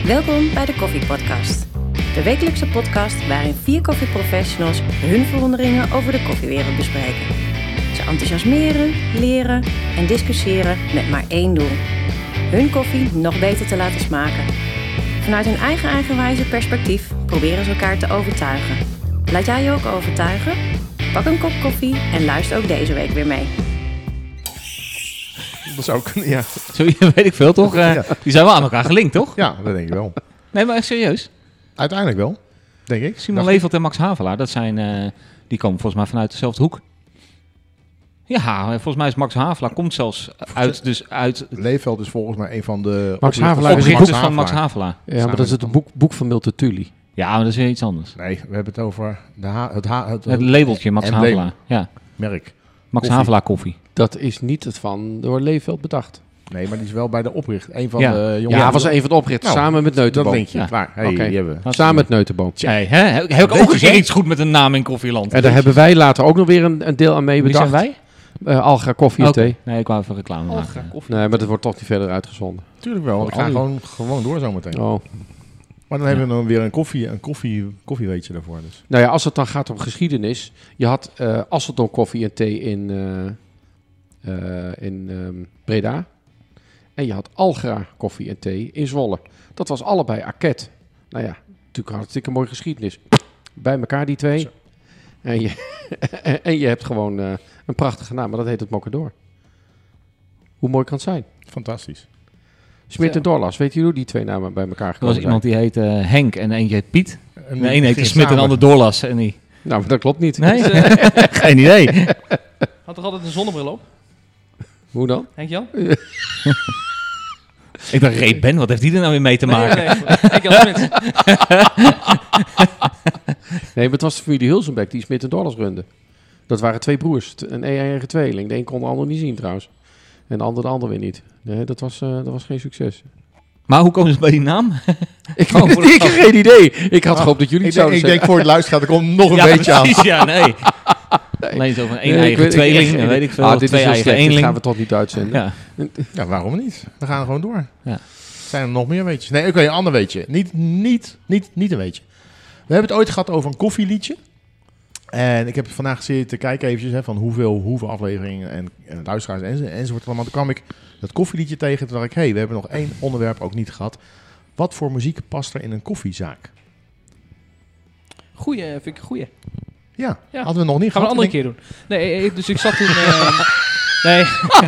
Welkom bij de Koffie Podcast. De wekelijkse podcast waarin 4 koffieprofessionals hun verwonderingen over de koffiewereld bespreken. Ze enthousiasmeren, leren en discussiëren met maar één doel: hun koffie nog beter te laten smaken. Vanuit hun eigen eigenwijze perspectief proberen ze elkaar te overtuigen. Laat jij je ook overtuigen? Pak een kop koffie en luister ook deze week weer mee. Dat zou kunnen, ja. Zo, weet ik veel, toch? Die zijn wel aan elkaar gelinkt, toch? Ja, dat denk ik wel. Nee, maar echt serieus. Uiteindelijk wel, denk ik. Simon Leveld en Max Havelaar, dat zijn, die komen volgens mij vanuit dezelfde hoek. Ja, volgens mij is Max Havelaar komt zelfs uit Leveld is volgens mij een van de Max Havelaar is oprichters van Max Havelaar. Ja, maar dat is het boek van Milton Tully. Ja, maar dat is weer iets anders. Nee, we hebben het over Het labeltje Max Havelaar. Ja. Merk. Max Havelaar koffie. Dat is niet het van door Leveld bedacht. Nee, maar die is wel bij de oprichter. Een van Ja. de jongens. Ja, was een van de oprichters, samen met Dat Neutenboom. denk je, Ja. klaar. Hey, Oké. die hebben we. Samen met Neutenboom. Hey, heb ik ook een keer iets goed met een naam in koffieland. En daar hebben wij later ook nog weer een deel aan mee Wie bedacht. zijn wij? Alga Koffie en Thee. Nee, ik wou even reclame maken. Nee, maar dat wordt toch niet verder uitgezonden. Tuurlijk wel, want ik ga gewoon door zometeen. Oh. Maar dan hebben we dan weer een koffieweetje daarvoor. Dus. Nou ja, als het dan gaat om geschiedenis. Je had Asseldon Koffie en Thee in Breda. En je had Algra Koffie en Thee in Zwolle. Dat was allebei Arket. Nou ja, natuurlijk hartstikke mooie geschiedenis. Bij elkaar die twee. En je hebt gewoon een prachtige naam, maar dat heet het Mocador. Hoe mooi kan het zijn? Fantastisch. Smit en Dorlas, weet je hoe die twee namen bij elkaar Er gekomen was iemand die heette Henk en eentje heet Piet. En De een heette Smit en de ander Doorlas. En die... Nou, maar dat klopt niet. Nee, geen idee. Had toch altijd een zonnebril op, Hoe dan? Henk-Jan? Ik dacht, Ray Ben, wat heeft die er nou weer mee te maken? Nee. Henk-Jan Smit. Nee, maar het was de familie Hulsenbeck die Smit en Dorlas runde. Dat waren twee broers, een eigen tweeling. De een kon de ander niet zien trouwens. En de ander weer niet. Nee, dat was geen succes. Maar hoe komen ze bij die naam? Ik heb geen idee. Ik had gehoopt dat jullie het zouden Ik zeggen. denk voor het luisteren, er komt nog een Ja, beetje aan. precies, ja, nee. Alleen zo van één eigen tweeling, weet ik veel. Dit is Twee heel eigen slecht, dit eenling. gaan we toch niet uitzenden. Ja. Ja, waarom niet? We gaan gewoon door. Ja. Zijn er nog meer weetjes? Nee, oké, een ander weetje. Niet een weetje. We hebben het ooit gehad over een koffieliedje. En ik heb vandaag zitten kijken eventjes van hoeveel afleveringen en luisteraars enzovoort allemaal. Toen kwam ik dat koffieliedje tegen. Toen dacht ik, we hebben nog 1 onderwerp ook niet gehad. Wat voor muziek past er in een koffiezaak? Goeie, vind ik een goeie. Ja, Ja. hadden we nog niet Gaan we een gehad. andere keer doen. Nee, dus ik zat toen... nee.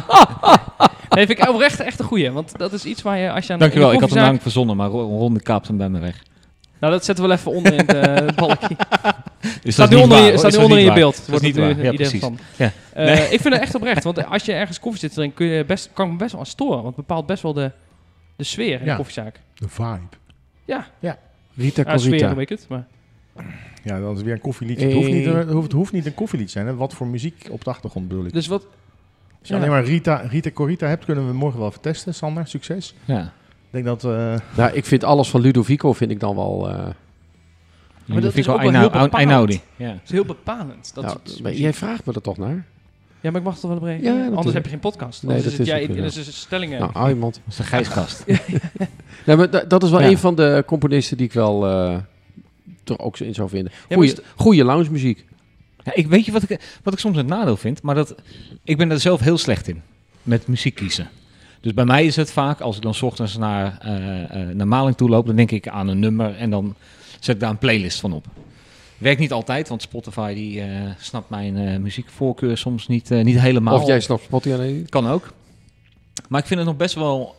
Nee, vind ik oprecht echt een goeie. Want dat is iets waar je als je aan Dankjewel, in ik de had hem koffiezaak... namelijk verzonnen, maar Ron de kaapt hem bij me weg. Nou, dat zetten we wel even onder in het balkje. Dus Staat nu onder in je beeld. Dat is niet waar. Ja, precies. Van. Ja. Ik vind het echt oprecht. Want als je ergens koffie zit te drinken, kan ik me best wel aan storen. Want het bepaalt best wel de sfeer in de koffiezaak. De vibe. Ja. Rita Sfeer Corita. noem ik het. Maar. Ja, dat is weer een koffieliedje. Het hoeft niet een koffieliedje te zijn. Hè? Wat voor muziek op de achtergrond bedoel ik? Dus wat... Als je alleen maar Rita Corita hebt, kunnen we morgen wel even testen. Sander, succes. Ja. Ik denk dat... Nou, ik vind alles van Ludovico vind ik dan wel... Maar dat is Ludovico ook wel heel bepaald. Einaudi. Ja. Het is heel bepalend. Dat nou, soort maar muziek. jij vraagt me er toch naar? Ja, maar ik mag het toch wel breken? Ja, Anders natuurlijk. heb je geen podcast. Nee, Anders dat is jij ook weer in zo. een stellingen. Nou, hou iemand. Dat is de gijskast. Nee, maar dat is wel Ja. een van de componisten die ik wel toch ook zo in zou vinden. Ja, maar Goeie lounge muziek. Ja, weet je wat ik soms een nadeel vind? Maar ik ben er zelf heel slecht in. Met muziek kiezen. Dus bij mij is het vaak, als ik dan 's ochtends naar Maling toe loop, dan denk ik aan een nummer en dan zet ik daar een playlist van op. Werkt niet altijd, want Spotify die snapt mijn muziekvoorkeur soms niet helemaal. Of jij snapt Spotify niet. Kan ook. Maar ik vind het nog best wel...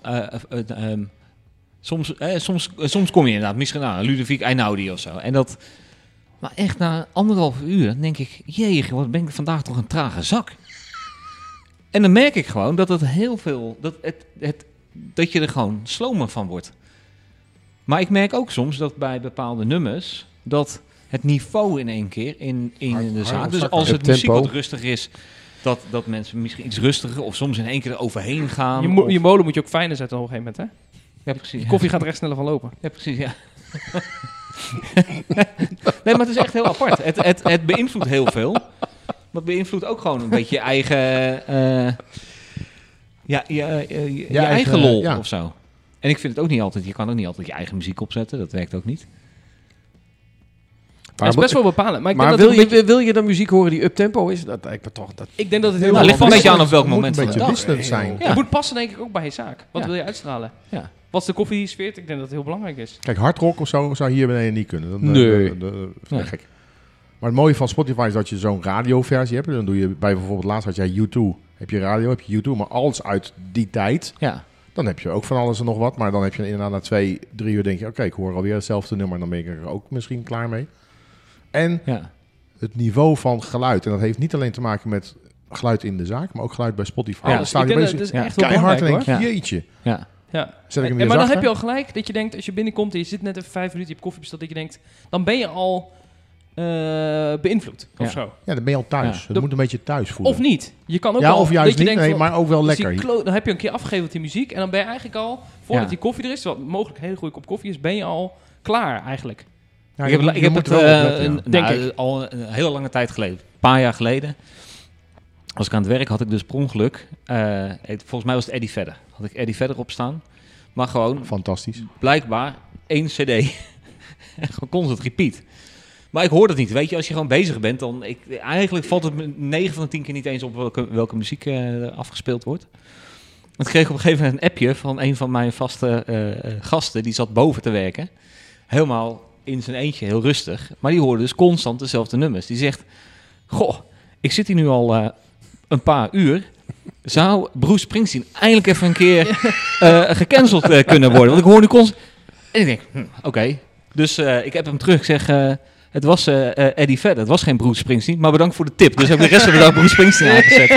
soms kom je inderdaad misschien aan Ludovic Einaudi of zo. Maar echt na 1,5 uur dan denk ik... Jee, wat ben ik vandaag toch een trage zak. En dan merk ik gewoon dat het heel veel... Dat je er gewoon slomer van wordt. Maar ik merk ook soms dat bij bepaalde nummers... dat het niveau in één keer in de zaak... Dus als het muziek wat rustig is... Dat mensen misschien iets rustiger of soms in één keer er overheen gaan. Je molen moet je ook fijner zetten op een gegeven moment, hè? Ja, precies. De koffie gaat er echt sneller van lopen. Ja, precies, ja. Nee, maar het is echt heel apart. Het beïnvloedt heel veel. Maar het beïnvloedt ook gewoon een beetje je eigen... je eigen lol of zo. En ik vind het ook niet altijd, je kan ook niet altijd je eigen muziek opzetten. Dat werkt ook niet. Dat is best wel bepalend. Maar, ik Maar denk dat het een wil je dan muziek horen die uptempo is? Dat lijkt me toch... Dat... ik denk dat het heel Nou, erg ligt een past. beetje aan op welk Het moet moment van een de beetje dag. wisselend zijn. Ja. Het moet passen denk ik ook bij je zaak. Wat Ja. wil je uitstralen? Ja. Wat is de koffiesfeer? Ik denk dat het heel belangrijk is. Kijk, hardrock of zo zou hier beneden niet kunnen. Nee. Dat is Nee. gek. Maar het mooie van Spotify is dat je zo'n radioversie hebt. Dan doe je bij bijvoorbeeld laatst had jij U2. Heb je radio, heb je U2, maar alles uit die tijd. Ja. Dan heb je ook van alles en nog wat. Maar dan heb je inderdaad na 2-3 uur denk je... Oké, ik hoor alweer hetzelfde nummer. Dan ben ik er ook misschien klaar mee. En Ja. het niveau van geluid. En dat heeft niet alleen te maken met geluid in de zaak... maar ook geluid bij Spotify. Ja, Dan Dus sta ik je denk dat bezig het is Ja. echt wel keihard en belangrijk denk hoor. je, jeetje. Ja. Ja. Zet ik hem Maar weer dan zachter? heb je al gelijk dat je denkt, als je binnenkomt en je zit net even 5 minuten, je hebt koffie besteld, dat je denkt, dan ben je al beïnvloed Ja. of zo. Ja, dan ben je al thuis. Ja. Het moet een beetje thuis voelen. Of niet. Je kan ook ja, al, of juist dat je niet. denkt Nee, van, maar ook wel dus die lekker. dan heb je een keer afgegeven op die muziek en dan ben je eigenlijk al, voordat Ja. die koffie er is, wat mogelijk een hele goede kop koffie is, ben je al klaar eigenlijk. Ja, ik je heb, moet- ik je heb moet het er wel op letten, ja. Denk al een hele lange tijd geleden. Een paar jaar geleden. Als ik aan het werk had ik dus per ongeluk. Volgens mij was het Eddie Vedder. Had ik Eddie Vedder op staan. Maar gewoon Fantastisch. blijkbaar 1 cd. Gewoon constant repeat. Maar ik hoor dat niet. Weet je, als je gewoon bezig bent, dan... Eigenlijk valt het me 9 van de 10 keer niet eens op welke muziek er afgespeeld wordt. Ik kreeg op een gegeven moment een appje van een van mijn vaste gasten. Die zat boven te werken. Helemaal in zijn eentje, heel rustig. Maar die hoorde dus constant dezelfde nummers. Die zegt, goh, ik zit hier nu al een paar uur. Zou Bruce Springsteen eindelijk even een keer gecanceld kunnen worden? Want ik hoor nu constant... En ik denk, oké. Dus ik heb hem terug, ik zeg... het was Eddie Vedder, het was geen Bruce Springsteen, maar bedankt voor de tip. Dus heb ik de rest van de dag Bruce Springsteen aangezet.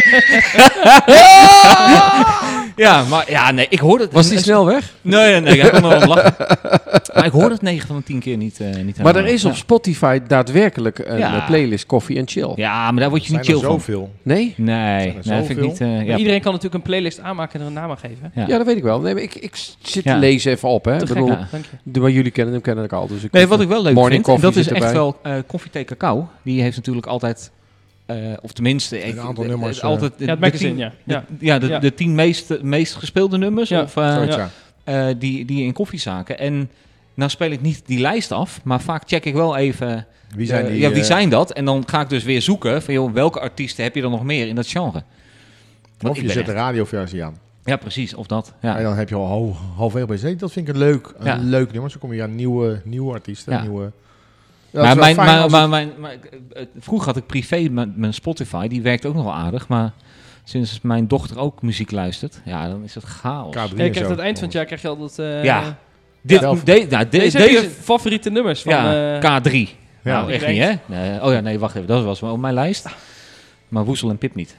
Ja, maar ja, nee, ik hoor het... Was die snel weg? Nee, hij kon er wel om lachen. Maar ik hoor het 9 van de 10 keer niet Maar helemaal. er is op Spotify daadwerkelijk een Ja. playlist Coffee and Chill. Ja, maar daar word je Zijn niet er chill van. zoveel. Nee? Nee, er dat vind ik zoveel? niet... Maar iedereen kan natuurlijk een playlist aanmaken en er een naam aan geven. ja. Ja, dat weet ik wel. Nee, maar ik zit te Ja. lezen even op. Hè. Ik Te gek, bedoel, ja. dank je. maar jullie kennen hem, ken ik al. Dus ik Nee, wat ik wel leuk Morning vind, en dat Coffee is zit echt erbij. wel Koffie Thee Cacao. Die heeft natuurlijk altijd, of tenminste... Een aantal nummers, Altijd Ja, het magazine, ja. de 10 meest gespeelde nummers. Ja. Of, Zoiets, ja. die in koffiezaken. En nou speel ik niet die lijst af, maar vaak check ik wel even... Wie zijn die? wie zijn dat? En dan ga ik dus weer zoeken van joh, welke artiesten heb je dan nog meer in dat genre? Want Of ik je ben zet de echt- radioversie aan. Ja, precies. Of dat. En Ja. dan heb je al halverwege bij zee. Dat vind ik een leuk nummer. Zo kom je aan nieuwe artiesten. Ja. Nieuwe... Maar vroeger had ik privé mijn Spotify. Die werkt ook nog wel aardig. Maar sinds mijn dochter ook muziek luistert, ja, dan is het chaos. K3 Ja, je en krijgt zo. aan het eind van het jaar krijg je altijd... Ja. Zelf. Deze heb je Deze favoriete nummers van... K3. Ja. Nou, echt niet, hè? Nee, oh ja, nee, wacht even. Dat was wel op mijn lijst. Maar Woesel en Pip niet.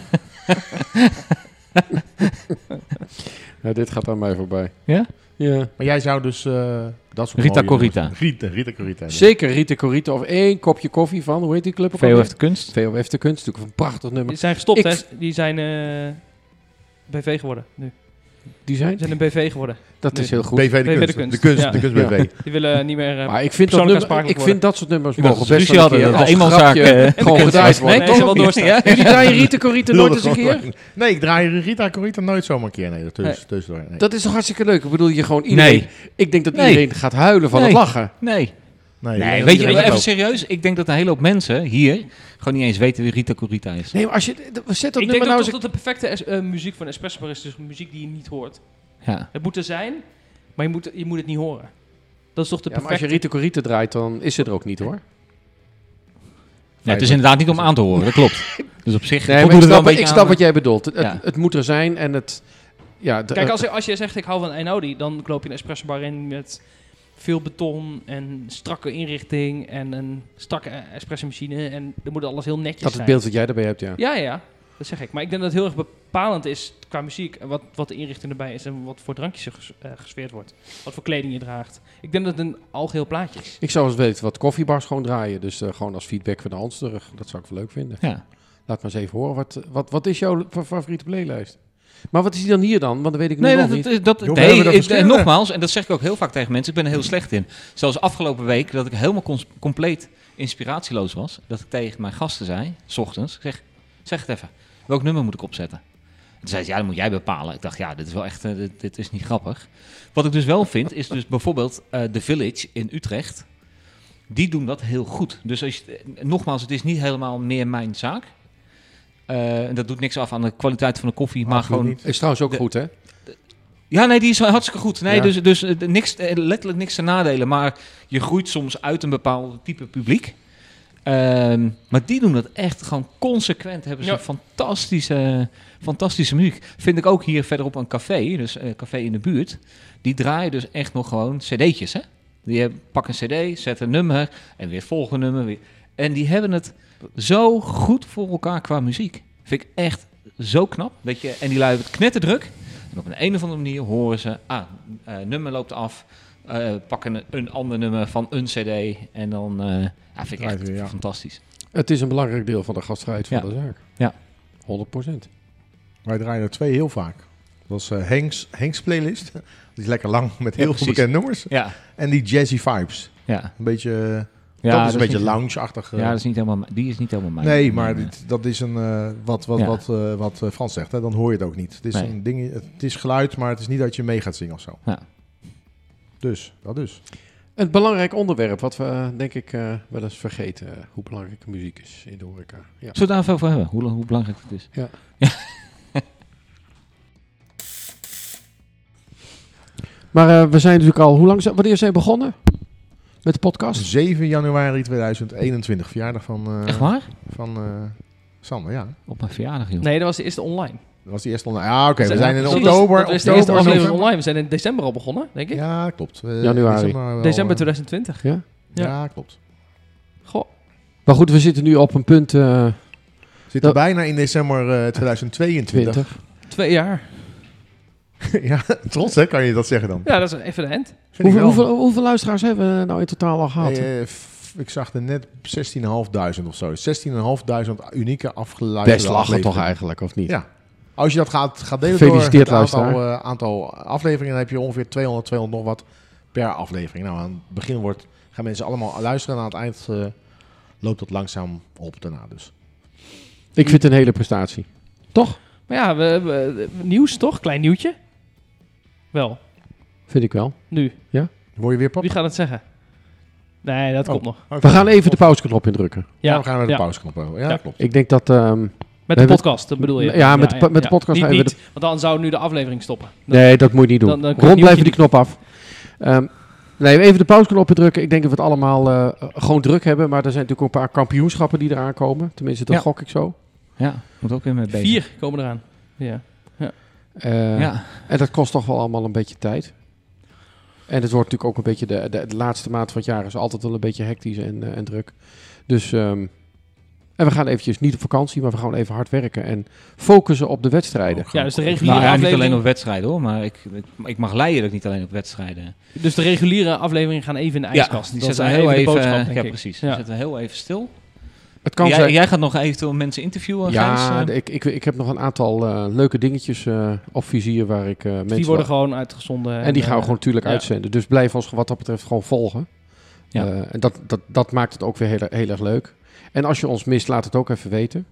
Ja, dit gaat aan mij voorbij. Ja? Ja. Maar jij zou dus... dat soort Rita mooie Corrita. nummers- Rita Corrita. hebben. Zeker Rita Corita of 1 kopje koffie van, hoe heet die club ook alweer? VOF de Kunst. VOF de Kunst, natuurlijk een prachtig nummer. Die zijn gestopt, Ik- hè? Die zijn BV geworden nu. Die zijn? Die zijn een BV geworden. Dat Nee. is heel goed. BV de BV kunst. de kunst. De kunst, Ja. de kunst Ja. BV. Die willen niet meer... Maar ik vind, dat persoonlijk nummer, aansprakelijk ik vind dat soort nummers Ik dacht mogen dat best ze wel een ruzie keer hadden, als dat eenmanszaak, grapje gewoon gedraaid worden. Nee, ze hebben wel doorstaan. Ja. Jullie draaien Rita Corita nooit eens een keer? Nee, ik draai Rita Corita nooit zomaar een keer. Nee, tussendoor. Nee. Dat is toch hartstikke leuk? Ik bedoel, je gewoon iedereen... Nee. Ik denk dat Nee. iedereen gaat huilen van Nee. het lachen. Nee. Nee, Nee, dat weet je, iedereen even loopt. serieus. Ik denk dat een hele hoop mensen hier gewoon niet eens weten wie Rita Corita is. Nee, maar als je... Zet dat Ik nummer denk nou ook eens... toch dat de perfecte muziek van Espresso Bar is dus muziek die je niet hoort. Ja. Het moet er zijn, maar je moet het niet horen. Dat is toch de Ja, maar als je perfecte... Rita Corita draait, dan is ze er ook niet, hoor. Ja, het is inderdaad niet om aan te horen, dat klopt. Dus op zich Nee, maar voldoet ik het wel snap, een beetje ik snap aan. wat jij bedoelt. Ja. Het moet er zijn en het... Ja, Kijk, als je zegt ik hou van Einaudi, dan loop je een Espresso Bar in met veel beton en strakke inrichting en een strakke espresso machine en dan moet alles heel netjes dat is zijn. het beeld wat jij erbij hebt, ja. Ja, dat zeg ik. Maar ik denk dat het heel erg bepalend is qua muziek en wat de inrichting erbij is en wat voor drankjes er gesfeerd wordt. Wat voor kleding je draagt. Ik denk dat het een algeheel plaatje is. Ik zou eens weten wat koffiebars gewoon draaien. Dus gewoon als feedback van de Hans terug. Dat zou ik wel leuk vinden. Ja. Laat maar eens even horen. Wat is jouw favoriete playlijst? Maar wat is die dan hier dan? Want dat weet ik Nee, nog niet. we hebben er verschillende. en nogmaals, en dat zeg ik ook heel vaak tegen mensen, ik ben er heel slecht in. Zoals afgelopen week, dat ik helemaal compleet inspiratieloos was. Dat ik tegen mijn gasten zei, 's ochtends, ik zeg het even, welk nummer moet ik opzetten? Toen zei ze, ja, dat moet jij bepalen. Ik dacht, ja, dit is wel echt, dit is niet grappig. Wat ik dus wel vind, is dus bijvoorbeeld The Village in Utrecht. Die doen dat heel goed. Dus als je, nogmaals, het is niet helemaal meer mijn zaak. Dat doet niks af aan de kwaliteit van de koffie, maar Absoluut gewoon... niet. Is trouwens ook goed, hè? Ja, nee, die is hartstikke goed. Nee, Ja. dus niks, letterlijk niks te nadelen. Maar je groeit soms uit een bepaald type publiek. Maar die doen dat echt gewoon consequent. Hebben ze fantastische muziek. Vind ik ook hier verderop een café. Dus een café in de buurt. Die draaien dus echt nog gewoon cd'tjes, hè? Die pakken een cd, zetten een nummer en weer het volgende nummer. Weer. En die hebben het zo goed voor elkaar qua muziek. Vind ik echt zo knap. Weet je? En die luiden het knetterdruk. En op een of andere manier horen ze... nummer loopt af. Pakken een ander nummer van een cd. En dan vind ik echt Weer, ja. fantastisch. Het is een belangrijk deel van de gastvrijheid van Ja. de zaak. Ja. 100%. Wij draaien er 2 heel vaak. Dat is Henks playlist. Die is lekker lang met heel veel precies. bekende nummers. Ja, En die jazzy vibes. ja. Een beetje... Ja, dat is een beetje niet- lounge-achtig. Ja, dat is niet helemaal, die is niet helemaal mijn. nee, maar mijn, dat is een... wat Frans zegt, hè, dan hoor je het ook niet. Het is, Nee. een ding, het is geluid, maar het is niet dat je mee gaat zingen of zo. Ja. Dus, dat dus. Een belangrijk onderwerp wat we denk ik wel eens vergeten. Hoe belangrijk muziek is in de horeca. Ja. Zullen we daar even over hebben? Hoe belangrijk het is? Maar we zijn natuurlijk al... Wanneer zijn we begonnen? Met de podcast? 7 januari 2021, verjaardag van Echt waar? Sander, ja. Op mijn verjaardag, joh. Nee, dat was de eerste online. Dat was die eerste online. Ja, oké, we Dat zijn in was- oktober. Dat was de eerste oktober, aflevering november. online. We zijn in december al begonnen, denk ik. Ja, klopt. Januari. December 2020. Ja. Ja, klopt. Goh. Maar goed, we zitten nu op een punt... Zitten Dat- bijna in december 2022. 20. 2 jaar. Ja, trots hè, kan je dat zeggen dan? Ja, dat is evident. Vind ik wel. Hoeveel luisteraars hebben we nou in totaal al gehad? Ik zag er net 16.500 of zo. 16.500 unieke afgeluisterde Best lachen toch afleveringen. eigenlijk, of niet? Ja. Als je dat gaat delen Gefeliciteerd, door het luisteraar. aantal afleveringen, dan heb je ongeveer 200 nog wat per aflevering. Nou, aan het begin gaan mensen allemaal luisteren en aan het eind loopt dat langzaam op daarna dus. Ik vind het een hele prestatie. Toch? Maar ja, we nieuws toch? Klein nieuwtje. Wel, Vind ik wel. nu. Word je weer pap? Wie gaat het zeggen? Nee, dat komt nog. We gaan even de pauzeknop indrukken. Ja, we gaan naar de ja. pauzeknop. Ja, Ja. klopt. Ik denk dat... Met We de hebben- podcast, dat bedoel je? Ja, met de podcast Niet, gaan we niet, want dan zou nu de aflevering stoppen. Nee, dat moet je niet doen. Dan kun je Rond het blijven die nieuwtje knop af. Nee, even de pauzeknop indrukken. Ik denk dat we het allemaal gewoon druk hebben. Maar er zijn natuurlijk ook een paar kampioenschappen die eraan komen. Tenminste, dat Ja. gok ik zo. Ja, moet ook weer mee bezig. 4 komen eraan. Ja. Ja. En dat kost toch wel allemaal een beetje tijd. En het wordt natuurlijk ook een beetje... De laatste maand van het jaar is altijd wel een beetje hectisch en druk. Dus... en we gaan eventjes niet op vakantie, maar we gaan even hard werken. En focussen op de wedstrijden. Ja, dus de Nou reguliere ja, niet aflevering. alleen op wedstrijden hoor, maar ik mag leiden niet alleen op wedstrijden. Dus de reguliere afleveringen gaan even in de ijskast. die Dat is zetten we heel de even, boodschap, denk ja ik. precies. Ja. Die zetten we heel even stil. Het kan zijn... Jij gaat nog eventueel mensen interviewen, Ja, Gijs? ik heb nog een aantal leuke dingetjes op vizier waar ik mensen... Die worden gewoon uitgezonden. en die gaan we gewoon natuurlijk ja. uitzenden. Dus blijf ons wat dat betreft gewoon volgen. Ja. En dat maakt het ook weer heel erg leuk. En als je ons mist, laat het ook even weten.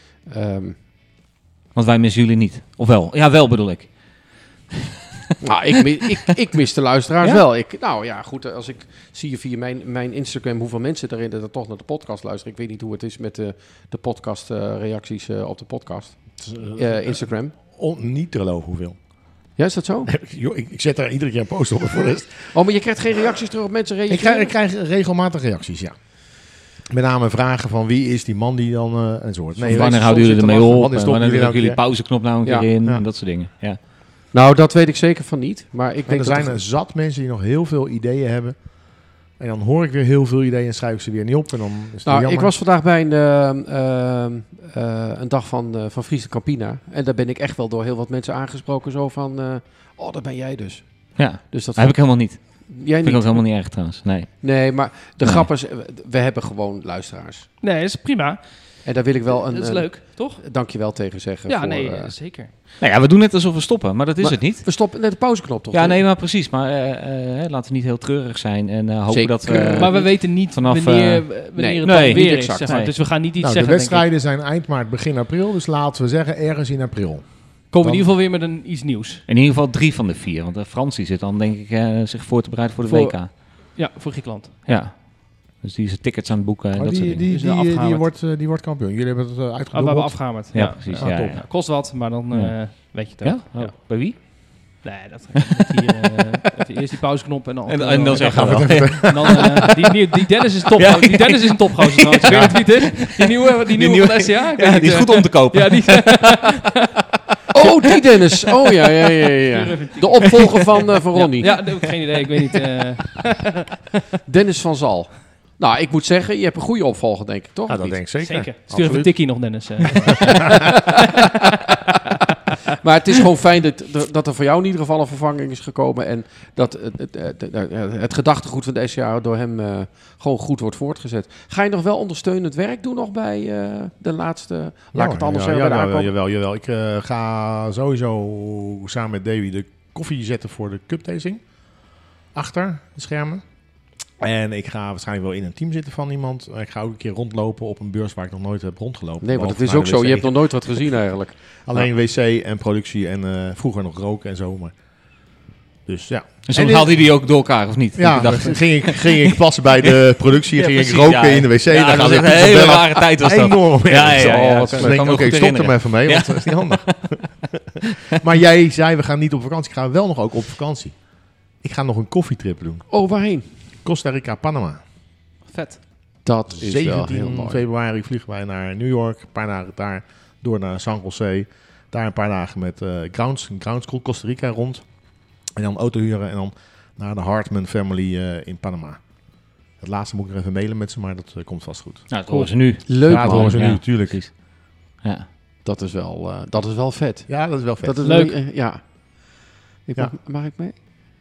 Want wij missen jullie niet. Of wel? Ja, wel bedoel ik. Nou, ik mis de luisteraars Ja? wel. Nou ja, goed, als ik zie via mijn Instagram hoeveel mensen erin dat toch naar de podcast luisteren. Ik weet niet hoe het is met de podcast reacties op de podcast. Instagram. Niet te geloven hoeveel. Ja, is dat zo? Joh, ik zet daar iedere keer een post op. Voor de rest. Oh, maar je krijgt geen reacties terug op mensen reageren? Ik krijg regelmatig reacties, ja. Met name vragen van wie is die man die dan enzovoort. Nee, wanneer houden jullie ermee op? Wanneer stoppen Wanneer jullie drukken jullie nou pauzeknop nou een Ja. keer in? Ja. En dat soort dingen. Ja. Nou, dat weet ik zeker van niet. Maar ik En denk er dat zijn er zat mensen die nog heel veel ideeën hebben. En dan hoor ik weer heel veel ideeën en schrijf ik ze weer niet op. En dan is het Nou, jammer. ik was vandaag bij een dag van Friesland Campina. En daar ben ik echt wel door heel wat mensen aangesproken. Zo van, oh, dat ben jij dus. Ja, Dus dat dat heb ik helemaal niet. jij Vind niet. ik ook helemaal niet erg trouwens. Nee. Nee, maar de Nee. grap is, we hebben gewoon luisteraars. Nee, dat is prima. En daar wil ik wel Dat is leuk, toch? dankjewel tegen zeggen. Ja, voor, nee, zeker. Nou ja, we doen net alsof we stoppen, maar dat is Maar- het niet. We stoppen net de pauzeknop toch? Ja, nee, maar precies. Maar laten we niet heel treurig zijn en hopen Zeker. dat we... Maar we weten niet vanaf, wanneer het nee, dan niet weer is. exact, Zeg maar. nee. Dus we gaan niet iets Nou, de zeggen, denk ik. wedstrijden zijn eind maart, begin april. Dus laten we zeggen ergens in april. Komen we in ieder geval weer met iets nieuws. In ieder geval 3 van de 4. Want Frans die zit dan denk ik zich voor te bereiden voor de Voor- WK. Ja, voor Griekenland. Ja. Dus die is tickets aan het boeken en Oh, dat soort dingen. Dus afgehamerd. die wordt kampioen. Jullie hebben het We hebben uitgedobbeld. afgehamerd. Ja, precies. Ah, Ja, top. ja. Kost wat, maar dan Ja. weet je het ook. Ja? Ja. Oh, bij wie? Nee, dat hier, even eerst die pauzeknop en dan... En dan zeg je gaan we wel. En dan, die Dennis is top. Ja. Die Dennis is een topgozer trouwens. Ik weet niet wie het is. Die nieuwe van de SCA. Ik weet Ja, niet, die is goed om te kopen. Ja, die... Oh, die Dennis. Oh ja. De opvolger van Ronnie. Ja, dat heb ik geen idee. Ik weet niet. Dennis van Zal. Nou, ik moet zeggen, je hebt een goede opvolger, denk ik, toch? Ja, Of dat niet? denk ik zeker. Zeker. Stuur Absoluut. even een tikkie nog, Dennis. Maar het is gewoon fijn dat er voor jou in ieder geval een vervanging is gekomen. En dat het gedachtegoed van de SCA door hem gewoon goed wordt voortgezet. Ga je nog wel ondersteunend werk doen nog bij de laatste... Laat ik het anders zeggen. bij de aankoop? Jawel. Ik ga sowieso samen met Davy de koffie zetten voor de cup tasting. Achter de schermen. En ik ga waarschijnlijk wel in een team zitten van iemand. Ik ga ook een keer rondlopen op een beurs waar ik nog nooit heb rondgelopen. Nee, want het Behalve is naar ook de zo. wc. Je hebt nog nooit wat gezien eigenlijk. Alleen wc en productie en vroeger nog roken en zo. Maar. Dus ja. En soms haalde hij die ook door elkaar, of niet? Ja, Ik dacht, dan ging ik plassen bij de productie. Ja, ging ik precies, roken ja. in de wc. Ja, dan dat gaan is ze echt een hele bellen. rare tijd was dat. Enorm. Ja, ja. Dus ik denk, oké, ik stop er maar even mee, want dat is niet handig. Maar jij zei, we gaan niet op vakantie. Ik ga wel nog ook op vakantie. Ik ga nog een koffietrip doen. Oh, waarheen? Costa Rica, Panama. Vet. Dat is wel heel 17 mooi. februari vliegen wij naar New York. Een paar dagen daar door naar San Jose. Daar een paar dagen met Ground School Costa Rica rond. En dan auto huren en dan naar de Hartman Family in Panama. Het laatste moet ik nog even mailen met ze, maar dat komt vast goed. Nou, dat horen ze nu. Leuk, Ja, dat man. horen ze nu Ja, natuurlijk. precies. Ja. Dat is wel vet. Ja, dat is wel vet. Dat is Leuk. Ja. Ja. Mag ik mee?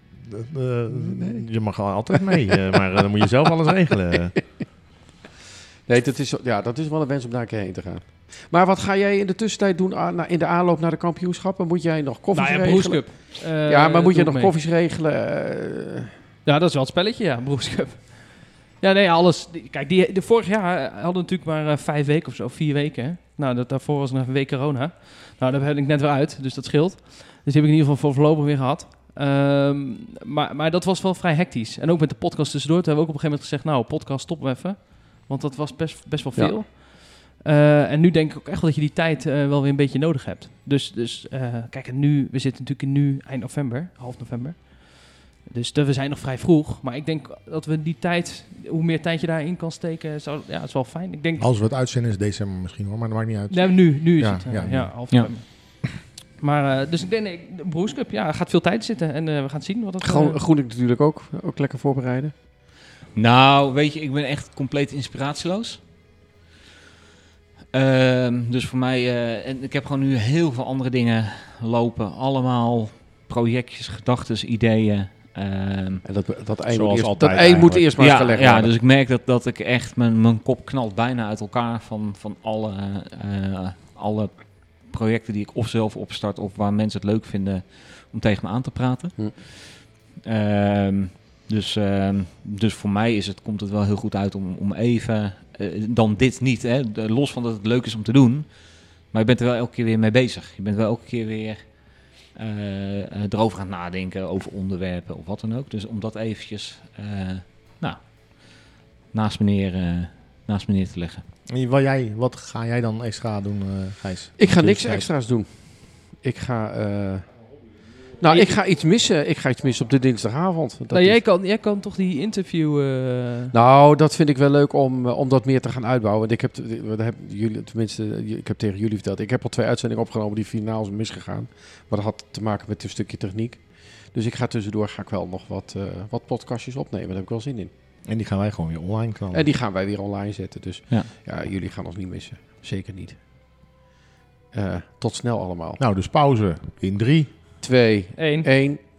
Je mag altijd mee, maar dan moet je zelf alles regelen. Nee, dat is wel een wens om daar een keer heen te gaan. Maar wat ga jij in de tussentijd doen in de aanloop naar de kampioenschappen? Moet jij nog koffies Nou ja, regelen? beroepscup. Ja, maar moet je doe nog ik mee. koffies regelen? Ja, dat is wel het spelletje, ja, beroepscup. Ja, nee, alles. Kijk, de vorig jaar hadden natuurlijk maar 5 weken of zo, 4 weken. Hè? Nou, daarvoor was nog een week corona. Nou, daar ben ik net weer uit, dus dat scheelt. Dus die heb ik in ieder geval voor voorlopig weer gehad. Maar dat was wel vrij hectisch. En ook met de podcast tussendoor. Toen hebben we ook op een gegeven moment gezegd, nou, podcast stoppen we even. Want dat was best wel Ja. veel. En nu denk ik ook echt wel dat je die tijd wel weer een beetje nodig hebt. Dus kijk, en nu, we zitten natuurlijk nu eind november, half november. Dus we zijn nog vrij vroeg. Maar ik denk dat we die tijd, hoe meer tijd je daarin kan steken, het is wel fijn. Ik denk, Als we het uitzenden is december misschien hoor, maar dat maakt niet uit. nee, nu is Ja, het. ja, nu. Half Ja. november. Maar dus ik denk, de beroepscup, ja, gaat veel tijd zitten. En we gaan zien wat het... Gewoon Groenik natuurlijk ook lekker voorbereiden. Nou, weet je, ik ben echt compleet inspiratieloos. Dus voor mij, en ik heb gewoon nu heel veel andere dingen lopen. Allemaal projectjes, gedachten, ideeën. En dat ei, Zoals moet eerst, altijd dat ei moet eigenlijk. eerst maar gelegd ja, worden. dus ik merk dat ik echt, mijn kop knalt bijna uit elkaar van alle projecten die ik of zelf opstart of waar mensen het leuk vinden om tegen me aan te praten. Dus voor mij komt het wel heel goed uit om even, dan dit niet, hè, los van dat het leuk is om te doen, maar je bent er wel elke keer weer mee bezig. Je bent wel elke keer weer erover aan het nadenken, over onderwerpen of wat dan ook. Dus om dat eventjes naast me neer te leggen. Wat ga jij dan extra doen, Gijs? Ik ga niks Tussentijd. extra's doen. Ik ga iets missen. Ik ga iets missen op de dinsdagavond. Dat Nou, is- jij kan toch die interview... Nou, dat vind ik wel leuk om dat meer te gaan uitbouwen. Want ik heb tegen jullie verteld, ik heb al 2 uitzendingen opgenomen die finaal zijn misgegaan. Maar dat had te maken met een stukje techniek. Dus ik ga tussendoor wel nog wat podcastjes opnemen. Daar heb ik wel zin in. En die gaan wij gewoon weer online knallen. En die gaan wij weer online zetten. Dus Ja. ja, jullie gaan ons niet missen. Zeker niet. Tot snel allemaal. Nou, dus pauze in 3. 2, 1. 1.